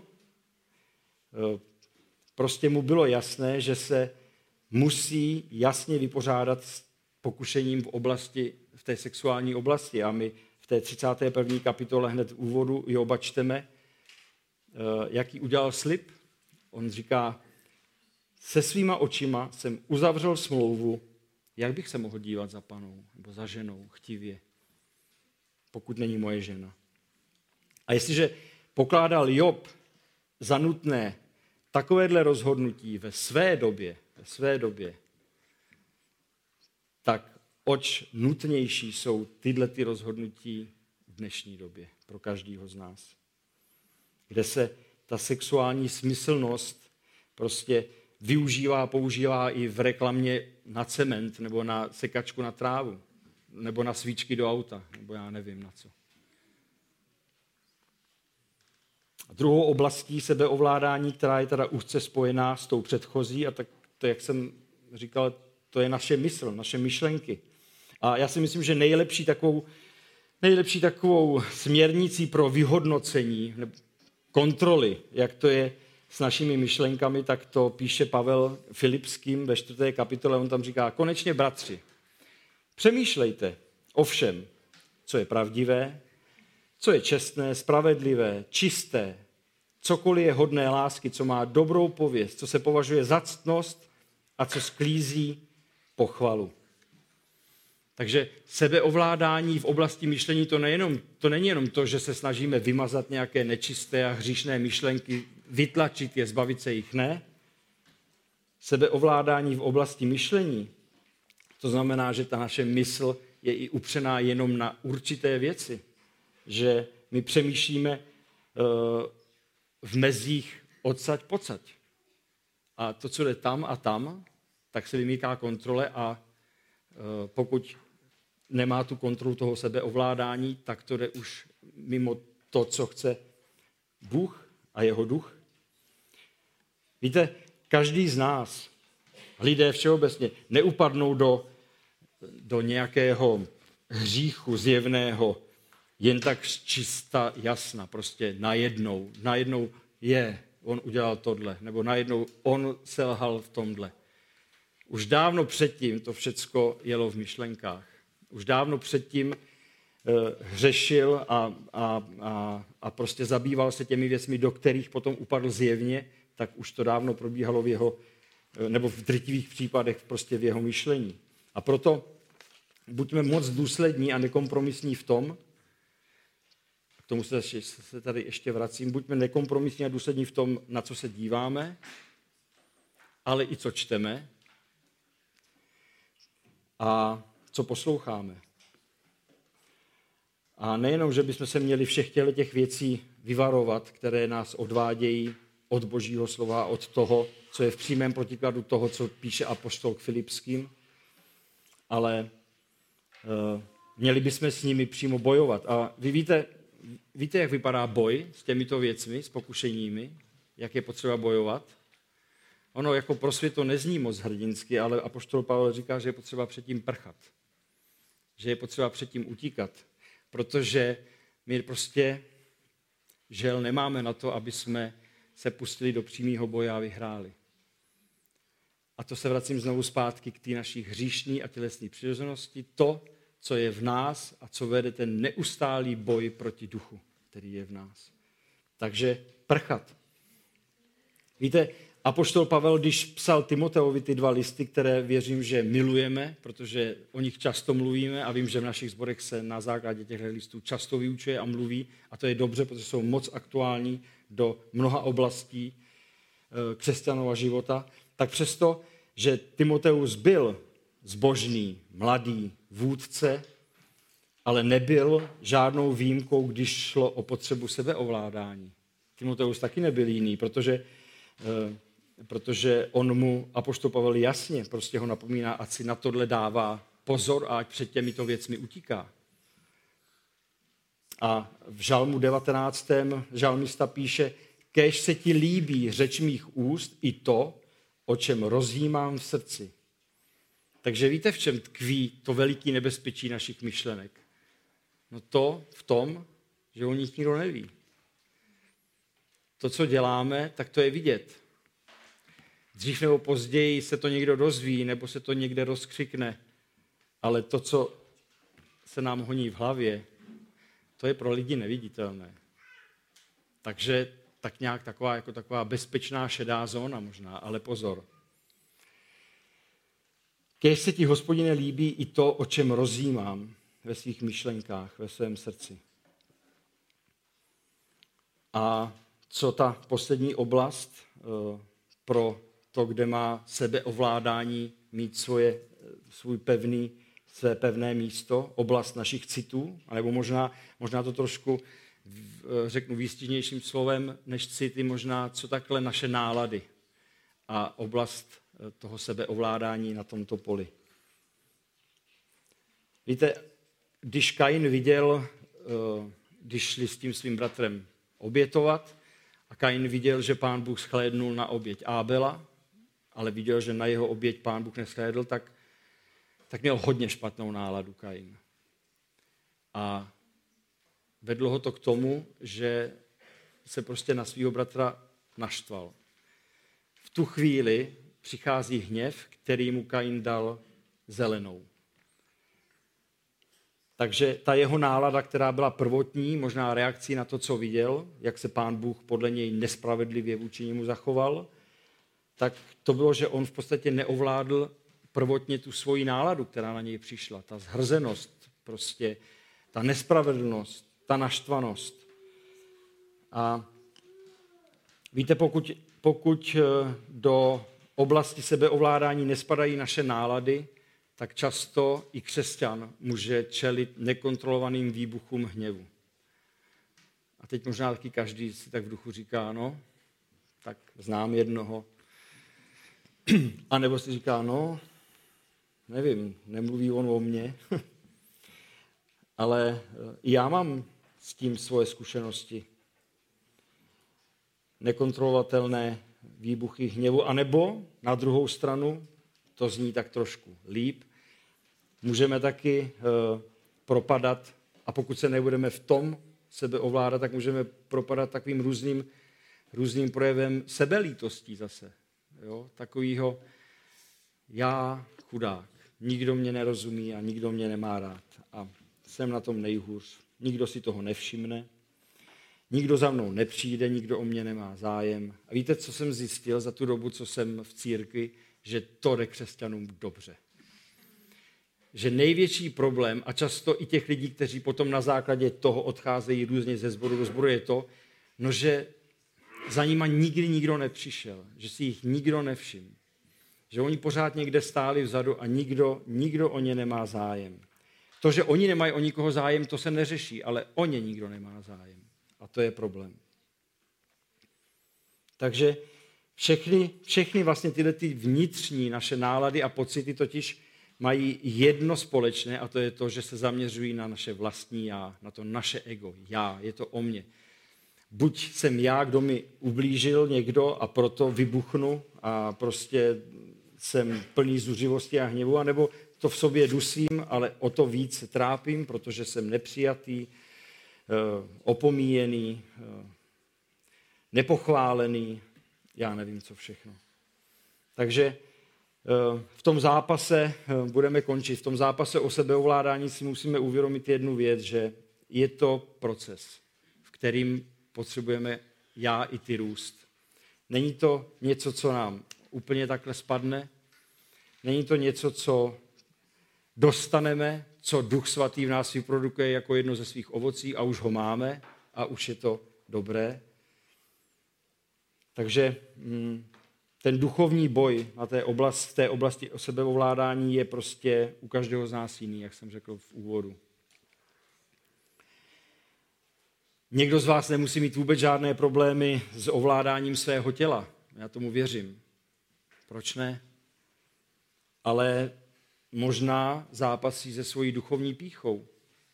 prostě mu bylo jasné, že se musí jasně vypořádat s pokušením v té sexuální oblasti. A my v té 31. kapitole hned v úvodu Joba čteme, jaký udělal slib. On říká, se svýma očima jsem uzavřel smlouvu, jak bych se mohl dívat za panou nebo za ženou chtivě, pokud není moje žena. A jestliže pokládal Job za nutné takovéhle rozhodnutí ve své době, tak oč nutnější jsou tyhle ty rozhodnutí v dnešní době pro každého z nás. Kde se ta sexuální smyslnost prostě používá i v reklamě na cement, nebo na sekačku na trávu, nebo na svíčky do auta, nebo já nevím na co. A druhou oblastí sebeovládání, která je teda úzce spojená s tou předchozí, a tak to, jak jsem říkal, to je naše mysl, naše myšlenky. A já si myslím, že nejlepší takovou směrnicí pro vyhodnocení kontroly, jak to je s našimi myšlenkami, tak to píše Pavel Filipským ve 4. kapitole. On tam říká, konečně bratři, přemýšlejte o všem, co je pravdivé, co je čestné, spravedlivé, čisté, cokoliv je hodné lásky, co má dobrou pověst, co se považuje za ctnost a co sklízí pochvalu. Takže sebeovládání v oblasti myšlení to není jenom to, že se snažíme vymazat nějaké nečisté a hříšné myšlenky, vytlačit je, zbavit se jich, ne. Sebeovládání v oblasti myšlení, to znamená, že ta naše mysl je i upřená jenom na určité věci. Že my přemýšlíme v mezích odsaď pocať. A to, co jde tam a tam, tak se vymýká kontrole a pokud nemá tu kontrolu toho sebeovládání, tak to jde už mimo to, co chce Bůh a jeho duch. Víte, každý z nás, lidé všeobecně, neupadnou do nějakého hříchu zjevného, jen tak čista jasna, prostě najednou on udělal tohle, nebo najednou on selhal v tomhle. Už dávno předtím to všecko jelo v myšlenkách. Už dávno předtím hřešil a prostě zabýval se těmi věcmi, do kterých potom upadl zjevně, tak už to dávno probíhalo v jeho, nebo v drtivých případech prostě v jeho myšlení. A proto buďme moc důslední a nekompromisní v tom, k tomu se tady ještě vracím, buďme nekompromisní a důslední v tom, na co se díváme, ale i co čteme a co posloucháme. A nejenom, že bychom se měli všech těch věcí vyvarovat, které nás odvádějí od Božího slova, od toho, co je v přímém protikladu toho, co píše apoštol k Filipským, ale měli bychom s nimi přímo bojovat. A vy víte, jak vypadá boj s těmito věcmi, s pokušeními, jak je potřeba bojovat? Ono jako pro svět to nezní moc hrdinsky, ale apoštol Pavel říká, že je potřeba předtím prchat. Že je potřeba předtím utíkat. Protože my prostě žel nemáme na to, aby jsme se pustili do přímého boje a vyhráli. A to se vracím znovu zpátky k té naší hříšní a tělesné přirozenosti. To, co je v nás a co vede ten neustálý boj proti duchu, který je v nás. Takže prchat. Víte, apoštol Pavel, když psal Timoteovi ty 2 listy, které věřím, že milujeme, protože o nich často mluvíme a vím, že v našich sborech se na základě těchto listů často vyučuje a mluví a to je dobře, protože jsou moc aktuální do mnoha oblastí křesťanova života, tak přesto, že Timoteus byl zbožný, mladý vůdce, ale nebyl žádnou výjimkou, když šlo o potřebu sebeovládání. Timoteus taky nebyl jiný, protože on mu, apoštol Pavel jasně prostě ho napomíná, ať si na tohle dává pozor a ať před těmito věcmi utíká. A v žalmu 19. žalmista píše, kéž se ti líbí řeč mých úst i to, o čem rozjímám v srdci. Takže víte, v čem tkví to veliký nebezpečí našich myšlenek? No to v tom, že o nich nikdo neví. To, co děláme, tak to je vidět. Dřív nebo později se to někdo dozví, nebo se to někde rozkřikne, ale to, co se nám honí v hlavě, to je pro lidi neviditelné. Takže tak nějak taková bezpečná šedá zóna možná, ale pozor. Kéž se ti, Hospodine, líbí i to, o čem rozjímám ve svých myšlenkách, ve svém srdci. A co ta poslední oblast pro to, kde má sebeovládání mít své pevné místo, oblast našich citů, anebo možná to trošku řeknu výstižnějším slovem než city, možná co takhle naše nálady a oblast toho sebeovládání na tomto poli. Víte, když Kain viděl, když šli s tím svým bratrem obětovat, A Kain viděl, že Pán Bůh shlédnul na oběť Ábela, ale viděl, že na jeho oběť Pán Bůh neshlédl, tak měl hodně špatnou náladu Kain. A vedlo ho to k tomu, že se prostě na svého bratra naštval. V tu chvíli přichází hněv, který mu Kain dal zelenou. Takže ta jeho nálada, která byla prvotní, možná reakcí na to, co viděl, jak se Pán Bůh podle něj nespravedlivě vůči němu zachoval, tak to bylo, že on v podstatě neovládl prvotně tu svoji náladu, která na něj přišla. Ta zhrzenost, prostě ta nespravedlnost, ta naštvanost. A víte, pokud do oblasti sebeovládání nespadají naše nálady, tak často i křesťan může čelit nekontrolovaným výbuchům hněvu. A teď možná taky každý si tak v duchu říká, no, tak znám jednoho. A nebo si říká, no, nevím, nemluví on o mně, ale já mám s tím svoje zkušenosti. Nekontrolovatelné výbuchy hněvu, anebo na druhou stranu, to zní tak trošku líp, můžeme taky propadat, a pokud se nebudeme v tom sebe ovládat, tak můžeme propadat takovým různým projevem sebelítostí zase. Jo? Takovýho já chudák, nikdo mě nerozumí a nikdo mě nemá rád a jsem na tom nejhůř, nikdo si toho nevšimne, nikdo za mnou nepřijde, nikdo o mě nemá zájem. A víte, co jsem zjistil za tu dobu, co jsem v církvi? Že to jde křesťanům dobře. Že největší problém, a často i těch lidí, kteří potom na základě toho odcházejí různě ze sboru do sboru, je to, no, že za nima nikdy nikdo nepřišel, že si jich nikdo nevšiml. Že oni pořád někde stáli vzadu a nikdo o ně nemá zájem. To, že oni nemají o nikoho zájem, to se neřeší, ale o ně nikdo nemá zájem. A to je problém. Takže všechny vlastně tyhle ty vnitřní naše nálady a pocity totiž mají jedno společné a to je to, že se zaměřují na naše vlastní já, na to naše ego. Já, je to o mně. Buď jsem já, kdo mi ublížil někdo a proto vybuchnu a prostě jsem plný zuřivosti a hněvu, anebo to v sobě dusím, ale o to víc se trápím, protože jsem nepřijatý, opomíjený, nepochválený, já nevím, co všechno. Takže v tom zápase, budeme končit, v tom zápase o sebeovládání si musíme uvědomit jednu věc, že je to proces, v kterým potřebujeme já i ty růst. Není to něco, co nám úplně takhle spadne, není to něco, co dostaneme, co Duch Svatý v nás vyprodukuje jako jedno ze svých ovocí a už ho máme a už je to dobré. Takže ten duchovní boj v té oblasti o sebeovládání je prostě u každého z nás jiný, jak jsem řekl v úvodu. Někdo z vás nemusí mít vůbec žádné problémy s ovládáním svého těla. Já tomu věřím. Proč ne? Ale možná zápasí se svojí duchovní pýchou.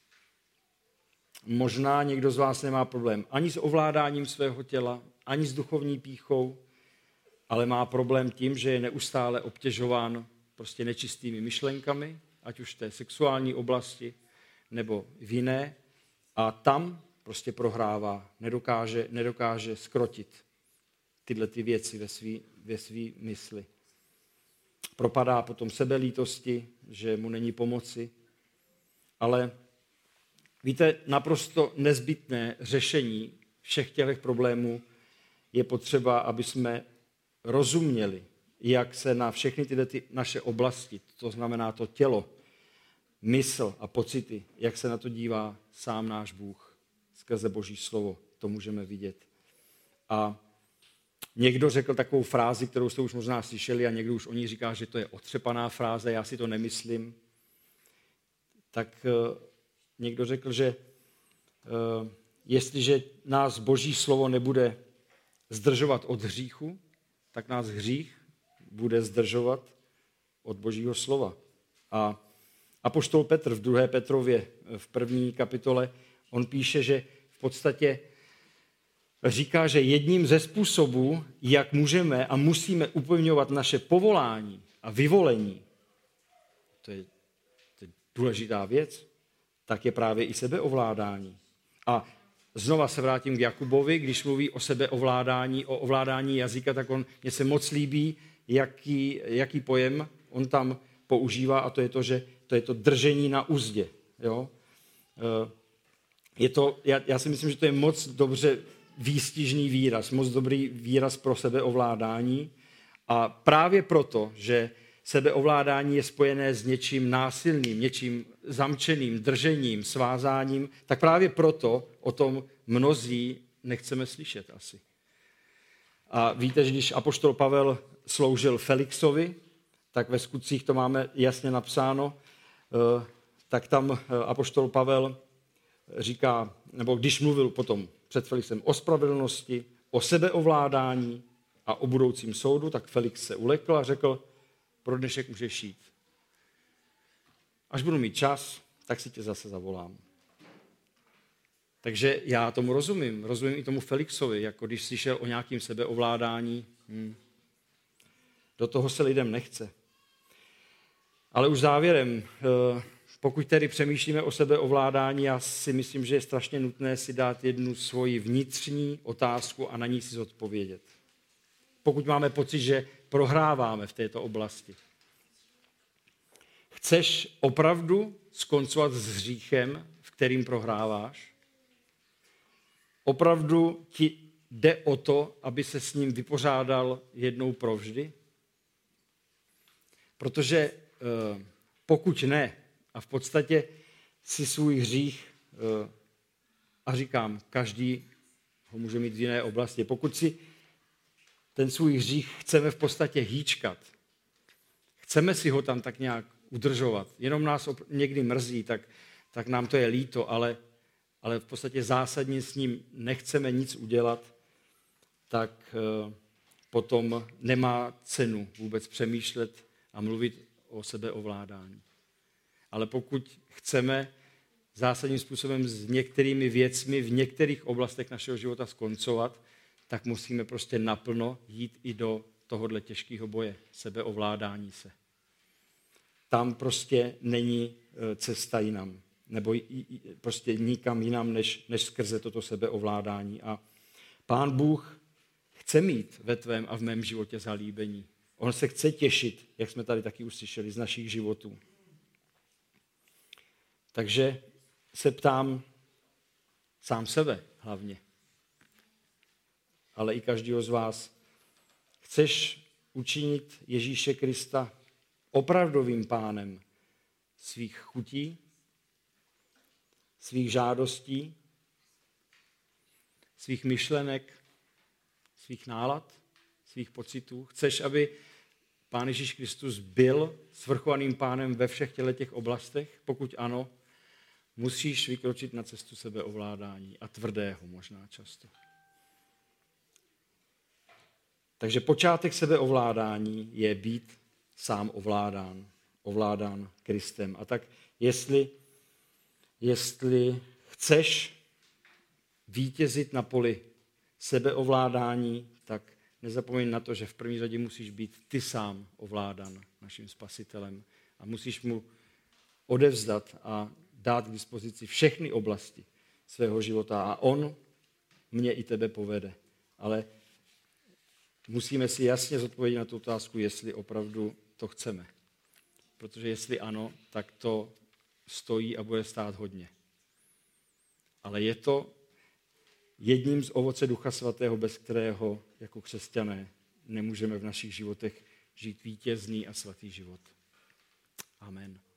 Možná někdo z vás nemá problém ani s ovládáním svého těla, ani s duchovní pýchou, ale má problém tím, že je neustále obtěžován prostě nečistými myšlenkami, ať už v té sexuální oblasti, nebo v jiné, a tam prostě prohrává, nedokáže skrotit tyhle ty věci ve svý mysli. Propadá potom sebelítosti, že mu není pomoci, ale víte, naprosto nezbytné řešení všech těch problémů je potřeba, aby jsme rozuměli, jak se na všechny tyhle naše oblasti, to znamená to tělo, mysl a pocity, jak se na to dívá sám náš Bůh. Skrze Boží slovo to můžeme vidět. A někdo řekl takovou frázi, kterou jste už možná slyšeli a někdo už o ní říká, že to je otřepaná fráze, já si to nemyslím. Tak někdo řekl, že jestliže nás Boží slovo nebude zdržovat od hříchu, tak nás hřích bude zdržovat od Božího slova. A apoštol Petr v 2. Petrově v 1. kapitole, on píše, že v podstatě říká, že jedním ze způsobů, jak můžeme a musíme upevňovat naše povolání a vyvolení, to je důležitá věc, tak je právě i sebeovládání. A znova se vrátím k Jakubovi, když mluví o sebeovládání, o ovládání jazyka, tak mně se moc líbí, jaký pojem on tam používá, a to je to, že to je to držení na uzdě. Jo? Já si myslím, že to je moc dobře výstižný výraz, moc dobrý výraz pro sebeovládání. A právě proto, že sebeovládání je spojené s něčím násilným, něčím zamčeným, držením, svázáním, tak právě proto o tom mnozí nechceme slyšet asi. A víte, že když apoštol Pavel sloužil Felixovi, tak ve skutcích to máme jasně napsáno, tak tam apoštol Pavel říká, nebo když mluvil potom před Felixem o spravedlnosti, o sebeovládání a o budoucím soudu, tak Felix se ulekl a řekl, pro dnešek můžeš jít. Až budu mít čas, tak si tě zase zavolám. Takže já tomu rozumím i tomu Felixovi, jako když slyšel o nějakém sebeovládání. Do toho se lidem nechce. Ale už závěrem, pokud tedy přemýšlíme o sebeovládání, já si myslím, že je strašně nutné si dát jednu svoji vnitřní otázku a na ní si zodpovědět. Pokud máme pocit, že prohráváme v této oblasti. Chceš opravdu skoncovat s hříchem, v kterým prohráváš? Opravdu ti jde o to, aby se s ním vypořádal jednou provždy? Protože pokud ne, a v podstatě si svůj hřích, a říkám, každý ho může mít v jiné oblasti, pokud si ten svůj hřích chceme v podstatě hýčkat, chceme si ho tam tak nějak udržovat, jenom nás někdy mrzí, tak nám to je líto, ale v podstatě zásadně s ním nechceme nic udělat, tak potom nemá cenu vůbec přemýšlet a mluvit o sebeovládání. Ale pokud chceme zásadním způsobem s některými věcmi v některých oblastech našeho života skoncovat, tak musíme prostě naplno jít i do tohohle těžkého boje, sebeovládání se. Tam prostě není cesta jinam, nebo prostě nikam jinam, než skrze toto sebeovládání. A Pán Bůh chce mít ve tvém a v mém životě zalíbení. On se chce těšit, jak jsme tady taky uslyšeli, z našich životů. Takže se ptám sám sebe hlavně, ale i každého z vás. Chceš učinit Ježíše Krista opravdovým pánem svých chutí, svých žádostí, svých myšlenek, svých nálad, svých pocitů? Chceš, aby Pán Ježíš Kristus byl svrchovaným pánem ve všech těch oblastech? Pokud ano, musíš vykročit na cestu sebeovládání a tvrdého možná často. Takže počátek sebeovládání je být sám ovládán Kristem. A tak jestli chceš vítězit na poli sebeovládání, tak nezapomeň na to, že v první řadě musíš být ty sám ovládan naším Spasitelem a musíš mu odevzdat a dát k dispozici všechny oblasti svého života a on mě i tebe povede. Ale musíme si jasně zodpovědět na tu otázku, jestli opravdu to chceme. Protože jestli ano, tak to stojí a bude stát hodně. Ale je to jedním z ovoce Ducha Svatého, bez kterého jako křesťané nemůžeme v našich životech žít vítězný a svatý život. Amen.